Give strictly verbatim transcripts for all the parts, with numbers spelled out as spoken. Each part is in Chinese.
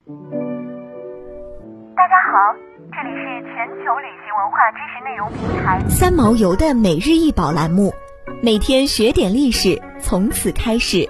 大家好，这里是全球旅行文化知识内容平台三毛游的每日一宝栏目，每天学点历史，从此开始。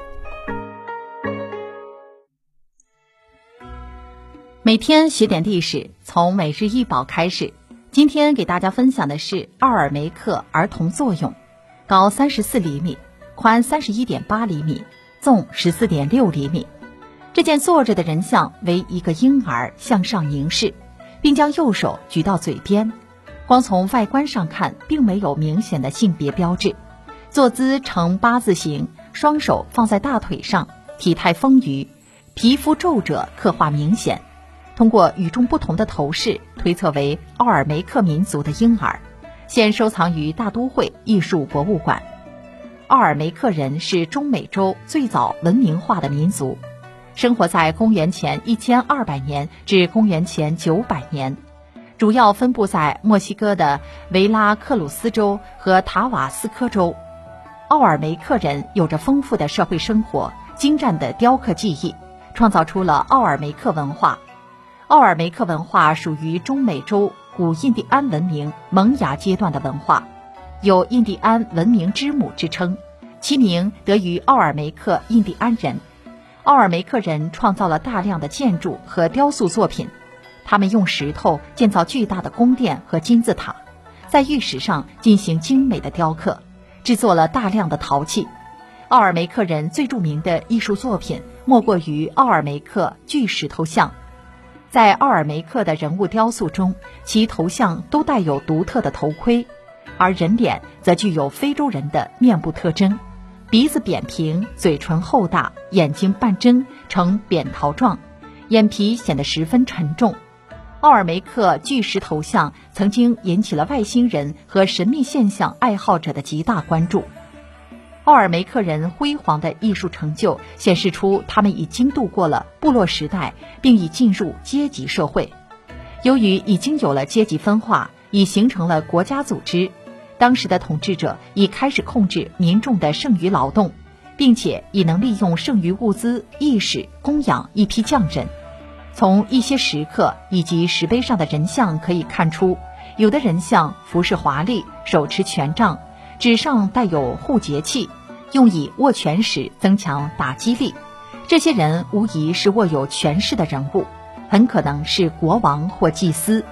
每天学点历史，从每日一宝开始。今天给大家分享的是奥尔梅克儿童作俑，高三十四厘米，宽三十一点八厘米，纵十四点六厘米。这件坐着的人像为一个婴儿向上凝视，并将右手举到嘴边。光从外观上看，并没有明显的性别标志。坐姿呈八字形，双手放在大腿上，体态丰腴，皮肤皱褶刻画明显。通过与众不同的头饰，推测为奥尔梅克民族的婴儿，现收藏于大都会艺术博物馆。奥尔梅克人是中美洲最早文明化的民族，生活在公元前一千二百年至公元前九百年，主要分布在墨西哥的维拉克鲁斯州和塔瓦斯科州。奥尔梅克人有着丰富的社会生活，精湛的雕刻技艺，创造出了奥尔梅克文化。奥尔梅克文化属于中美洲古印第安文明萌芽阶段的文化，有印第安文明之母之称，其名得于奥尔梅克印第安人。奥尔梅克人创造了大量的建筑和雕塑作品，他们用石头建造巨大的宫殿和金字塔，在玉石上进行精美的雕刻，制作了大量的陶器。奥尔梅克人最著名的艺术作品莫过于奥尔梅克巨石头像。在奥尔梅克的人物雕塑中，其头像都带有独特的头盔，而人脸则具有非洲人的面部特征，鼻子扁平，嘴唇厚大，眼睛半睁呈扁桃状，眼皮显得十分沉重。奥尔梅克巨石头像曾经引起了外星人和神秘现象爱好者的极大关注。奥尔梅克人辉煌的艺术成就显示出他们已经度过了部落时代，并已进入阶级社会。由于已经有了阶级分化，已形成了国家组织，当时的统治者已开始控制民众的剩余劳动，并且已能利用剩余物资意识供养一批匠人。从一些石刻以及石碑上的人像可以看出，有的人像服饰华丽，手持权杖，指上带有护节器，用以握拳时增强打击力。这些人无疑是握有权势的人物，很可能是国王或祭司。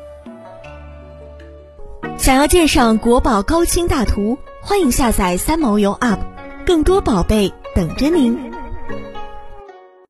想要鉴赏国宝高清大图，欢迎下载三毛游 App， 更多宝贝等着您。